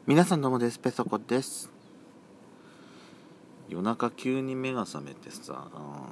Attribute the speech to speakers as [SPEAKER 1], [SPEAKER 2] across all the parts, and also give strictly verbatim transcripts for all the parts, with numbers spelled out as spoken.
[SPEAKER 1] 皆さんどうもです。ペソコです。夜中急に目が覚めてさ、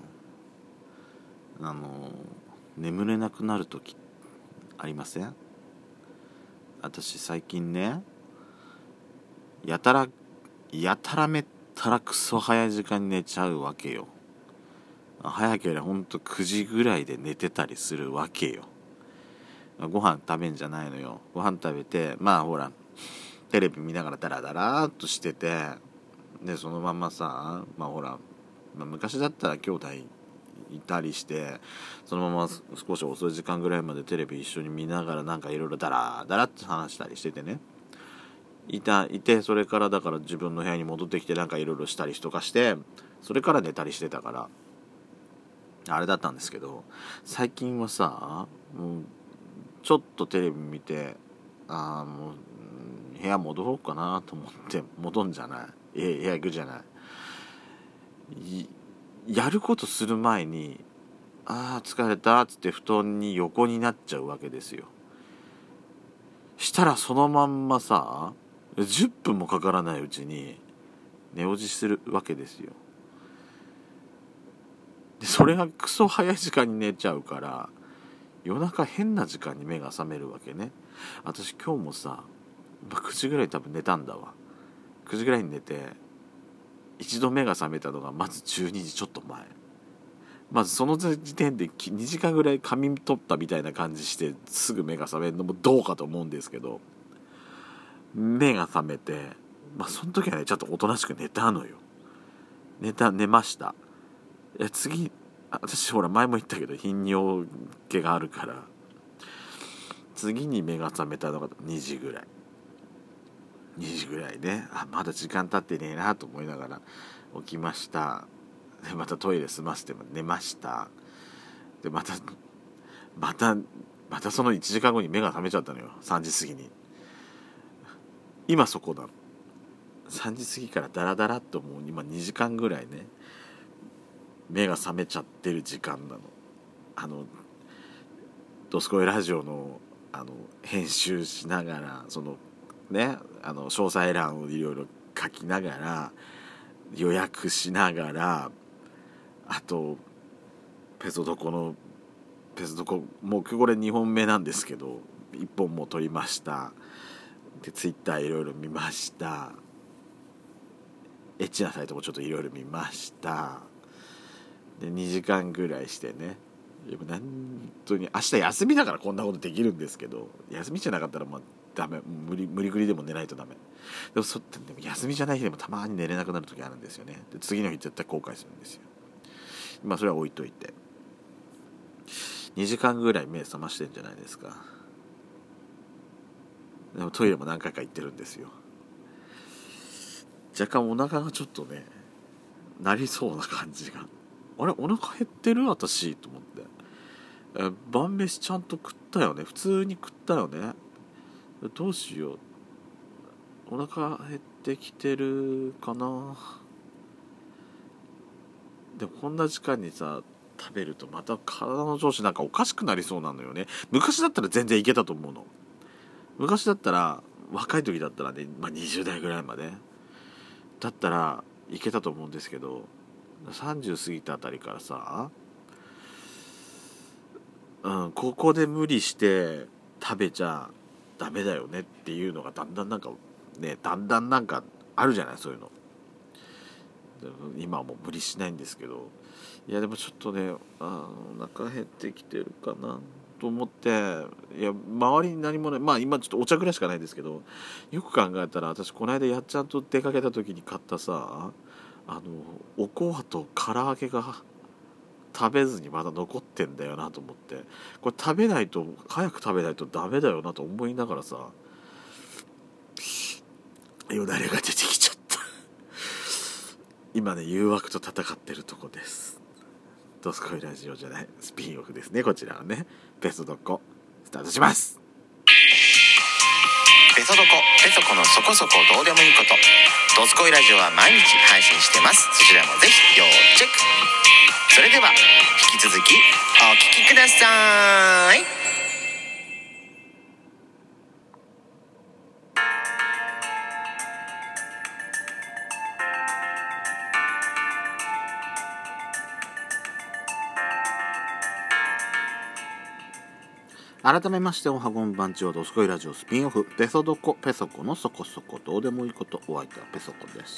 [SPEAKER 1] あの眠れなくなる時ありません？私最近ね、やたらやたらめったらクソ早い時間に寝ちゃうわけよ。早ければほんとくじぐらいで寝てたりするわけよ。ご飯食べんじゃないのよ。ご飯食べて、まあほらテレビ見ながらダラダラーっとしてて、でそのままさ、まあほら、まあ、昔だったら兄弟いたりして、そのまま少し遅い時間ぐらいまでテレビ一緒に見ながらなんかいろいろダラダラって話したりしててね、いたいて、それからだから自分の部屋に戻ってきてなんかいろいろしたりとかして、それから寝たりしてたからあれだったんですけど、最近はさ、もうちょっとテレビ見て、ああもう部屋戻ろうかなと思って戻んじゃない、部屋行くじゃない、やることする前にあー疲れたっつって布団に横になっちゃうわけですよ。したらそのまんまさじゅっぷんもかからないうちに寝落ちするわけですよ。でそれがクソ早い時間に寝ちゃうから夜中変な時間に目が覚めるわけね。私今日もさくじぐらい多分寝たんだわ。くじぐらいに寝て一度目が覚めたのがまずじゅうにじちょっと前。まずその時点でにじかんぐらい仮眠取ったみたいな感じしてすぐ目が覚めるのもどうかと思うんですけど、目が覚めて、まあその時はねちょっとおとなしく寝たのよ。寝た寝ました。いや次私ほら前も言ったけど頻尿気があるから次に目が覚めたのがにじぐらいにじぐらいね。あまだ時間経ってねえなと思いながら起きました。でまたトイレ済ませて寝ました。でまたまたまたそのいちじかんごに目が覚めちゃったのよ。さんじ過ぎに。今そこだ。さんじ過ぎからダラダラっともう今にじかんぐらいね目が覚めちゃってる時間なの。あのドスコイラジオのあの編集しながらそのねあの詳細欄をいろいろ書きながら予約しながら、あとペソドコのペソドコもうこれにほんめなんですけどいっぽんも撮りました。でツイッターいろいろ見ました。エッチなサイトもちょっといろいろ見ました。でにじかんぐらいしてね、本当に明日休みだからこんなことできるんですけど、休みじゃなかったらまあダメ、無理無理くりでも寝ないとダメ。でもそってでも休みじゃない日でもたまに寝れなくなる時あるんですよね。で次の日絶対後悔するんですよ。まあそれは置いといてにじかんぐらい目覚ましてんじゃないですか。でもトイレも何回か行ってるんですよ。若干お腹がちょっとねなりそうな感じが、あれお腹減ってる私と思って、え晩飯ちゃんと食ったよね、普通に食ったよね、どうしよう、お腹減ってきてるかな。でもこんな時間にさ食べるとまた体の調子なんかおかしくなりそうなのよね。昔だったら全然いけたと思うの。昔だったら若い時だったらね、まあ、にじゅう代ぐらいまでだったらいけたと思うんですけど、さんじゅう過ぎたあたりからさ、うん、ここで無理して食べちゃダメだよねっていうのがだんだんなんかねだんだんなんかあるじゃない、そういうの。今はもう無理しないんですけど、いやでもちょっとねあお腹減ってきてるかなと思って、いや周りに何もない、まあ今ちょっとお茶ぐらいしかないんですけど、よく考えたら私この間やっちゃんと出かけた時に買ったさあのおこわと唐揚げが食べずにまだ残ってんだよなと思って、これ食べないと早く食べないとダメだよなと思いながらさ、よだれが出てきちゃった今ね誘惑と戦ってるとこです。ドスコイラジオじゃないスピンオフですね、こちらはね。ペソドコスタートします。
[SPEAKER 2] ペソドコペソコのそこそこどうでもいいこと、ドスコイラジオは毎日配信してます。そちらもぜひ要チェック。それでは引き続きお聞きください。
[SPEAKER 1] 改めましておはこんばんちはどすこいラジオスピンオフペソドコペソコのそこそこどうでもいいこと、お相手はペソコです。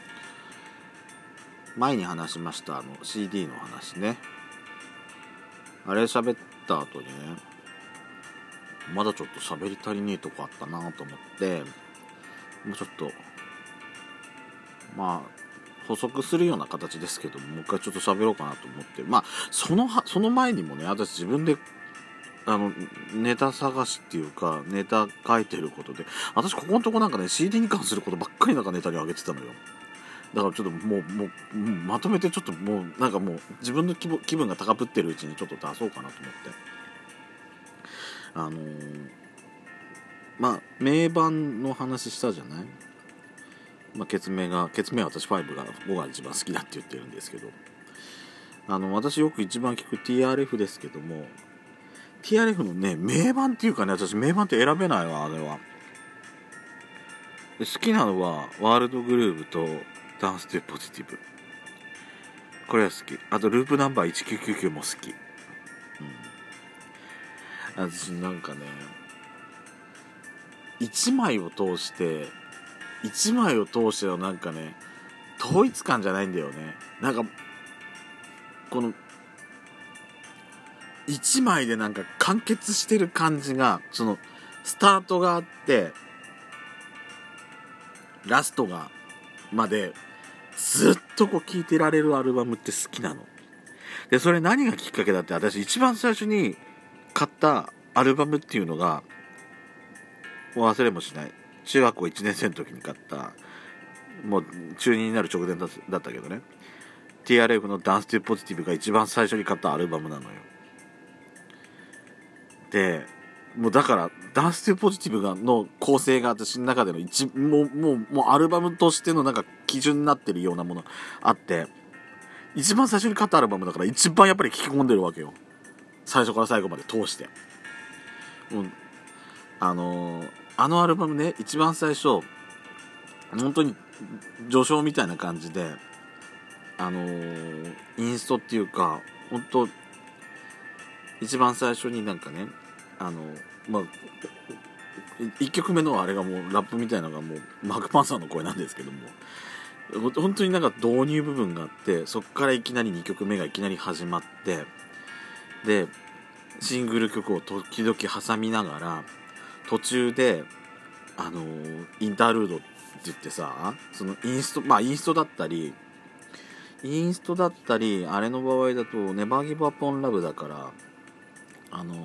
[SPEAKER 1] 前に話しましたあの シーディー の話ね、あれ喋った後にね、まだちょっと喋り足りねえとこあったなと思って、もうちょっとまあ補足するような形ですけども、もう一回ちょっと喋ろうかなと思って、まあそのその前にもね、私自分であのネタ探しっていうかネタ書いてることで、私ここのとこなんかね シーディー に関することばっかりなんかネタに上げてたのよ。だからちょっともうもうまとめてちょっともうなんかもう自分の気分、気分が高ぶってるうちにちょっと出そうかなと思って、あのー、まあ名盤の話したじゃない。まあ決明が決明は私ごがごが一番好きだって言ってるんですけど、あの私よく一番聞く ティーアールエフ ですけども、ティーアールエフ のね名盤っていうかね、私名盤って選べないわ。あれは好きなのはワールドグルーヴとダンス・トゥ・ポジティブ、これは好き。あとループナンバーいちきゅうきゅうきゅうも好き、うん、私なんかねいちまいを通していちまいを通してのなんかね統一感じゃないんだよね。なんかこのいちまいでなんか完結してる感じが、そのスタートがあってラストがまでずっとこう聴いてられるアルバムって好きなので、それ何がきっかけだって、私一番最初に買ったアルバムっていうのが忘れもしない、中学校いちねん生の時に買った、もう中にになる直前だったけどね、 ティーアールエフ のダンス・トゥ・ポジティブが一番最初に買ったアルバムなのよ。でもうだからダンス・トゥ・ポジティブがの構成が私の中での一もうもうもうアルバムとしてのなんか基準になってるようなものあって、一番最初に買ったアルバムだから一番やっぱり聴き込んでるわけよ、最初から最後まで通して。もうあのー、あのアルバムね、一番最初本当に序章みたいな感じで、あのー、インストっていうか本当一番最初になんかね、あのまあいっきょくめのあれがもうラップみたいなのがもうマーク・パンサーの声なんですけども、本当になんか導入部分があって、そっからいきなりにきょくめがいきなり始まって、でシングル曲を時々挟みながら途中であのー、インタールードって言ってさ、そのインストまあインストだったりインストだったりあれの場合だとネバーギブアポンラブだから、あのー、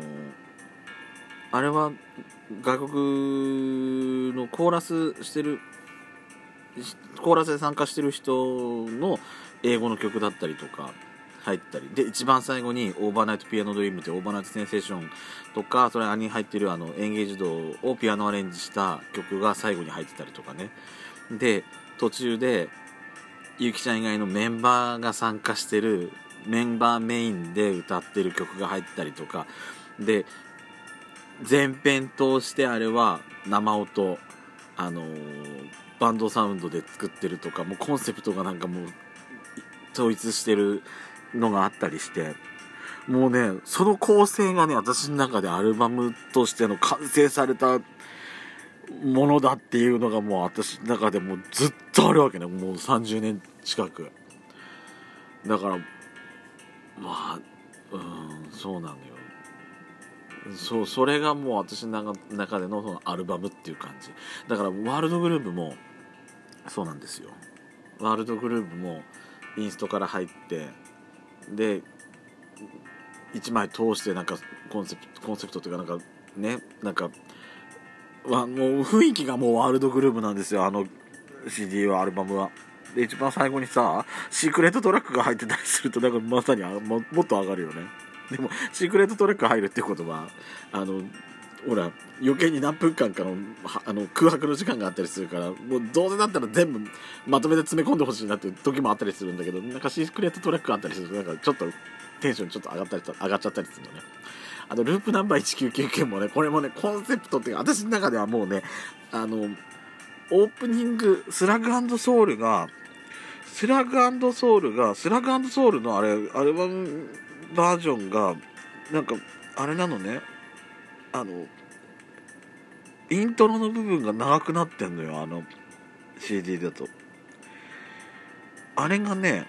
[SPEAKER 1] あれは外国のコーラスしてるコーラスで参加してる人の英語の曲だったりとか入ったりで、一番最後にオーバーナイトピアノドリームというオーバーナイトセンセーションとか、それに入ってるあのエンゲージドをピアノアレンジした曲が最後に入ってたりとかね。で途中でゆきちゃん以外のメンバーが参加してるメンバーメインで歌ってる曲が入ったりとかで、前編通してあれは生音、あのー、バンドサウンドで作ってるとか、もうコンセプトがなんかもう統一してるのがあったりして、もうねその構成がね私の中でアルバムとしての完成されたものだっていうのがもう私の中でもうずっとあるわけね、もうさんじゅうねん近く。だからまあうんそうなのよ。そうそれがもう私の中でのそのアルバムっていう感じだから、ワールドグルーヴもそうなんですよ。ワールドグルーヴもインストから入ってでいちまい通してなんかコンセプトコンセプトっていうかなんかねなんかわもう雰囲気がもうワールドグルーヴなんですよ、あの シーディー はアルバムは。で一番最後にさシークレットトラックが入ってたりするとなんかまさにももっと上がるよね。でもシークレットトラック入るってことはあのほら余計に何分間かのあの空白の時間があったりするから、もうどうせだったら全部まとめて詰め込んでほしいなっていう時もあったりするんだけど、なんかシークレットトラックがあったりするとなんかちょっとテンションちょっと上がったり上がっちゃったりするのね。あとループナンバーいちきゅうきゅうきゅうもね、これもねコンセプトっていうか私の中ではもうね、あのオープニングスラグ&ソウルがスラグ&ソウルがスラグ&ソウルのあれアルバムバージョンがなんかあれなのね、あのイントロの部分が長くなってんのよ、あの シーディー だと。あれがね、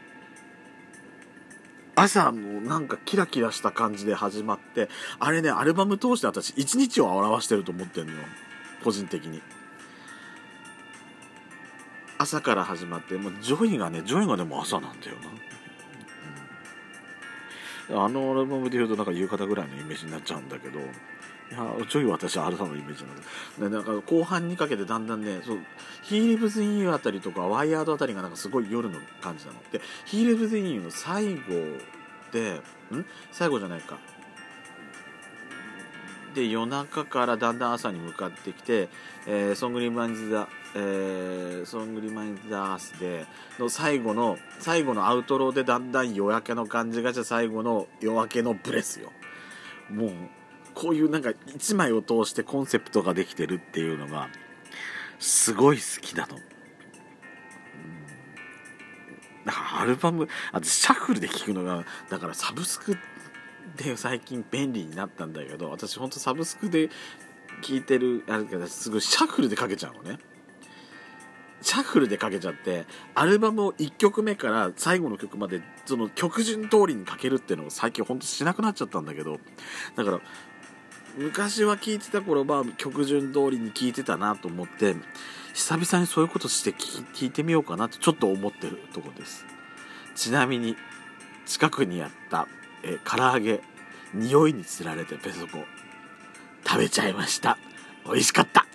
[SPEAKER 1] 朝もなんかキラキラした感じで始まって、あれね、アルバム通して私一日を表してると思ってんのよ、個人的に。朝から始まって、もうジョイがね、ジョイがでも朝なんだよな、うん、あのアルバムで言うとなんか夕方ぐらいのイメージになっちゃうんだけど、いやジョイは私は朝のイメージなんだ。でなんか後半にかけてだんだんね、そうヒーリブズ・イン・ユーあたりとかワイヤードあたりがなんかすごい夜の感じなので、ヒーリブズ・イン・ユーの最後でん最後じゃないかで、夜中からだんだん朝に向かってきて、えー、ソングリマインズ・ザ・えー、ソングリマインズ・ザ・アースでの最後の最後のアウトローでだんだん夜明けの感じが、じゃあ最後の夜明けのブレスよ。もうこういうなんか一枚を通してコンセプトができてるっていうのがすごい好きなの。だからアルバム、あとシャッフルで聴くのが、だからサブスクで最近便利になったんだけど、私ほんとサブスクで聴いてるあれけど、すごいシャッフルでかけちゃうのね。シャッフルでかけちゃって、アルバムをいっきょくめから最後の曲までその曲順通りにかけるっていうのを最近ほんとしなくなっちゃったんだけど、だから昔は聴いてた頃は曲順通りに聴いてたなと思って、久々にそういうことして聴いてみようかなってちょっと思ってるところです。ちなみに近くにあったえ唐揚げ、匂いにつられてペソコ食べちゃいました。美味しかった。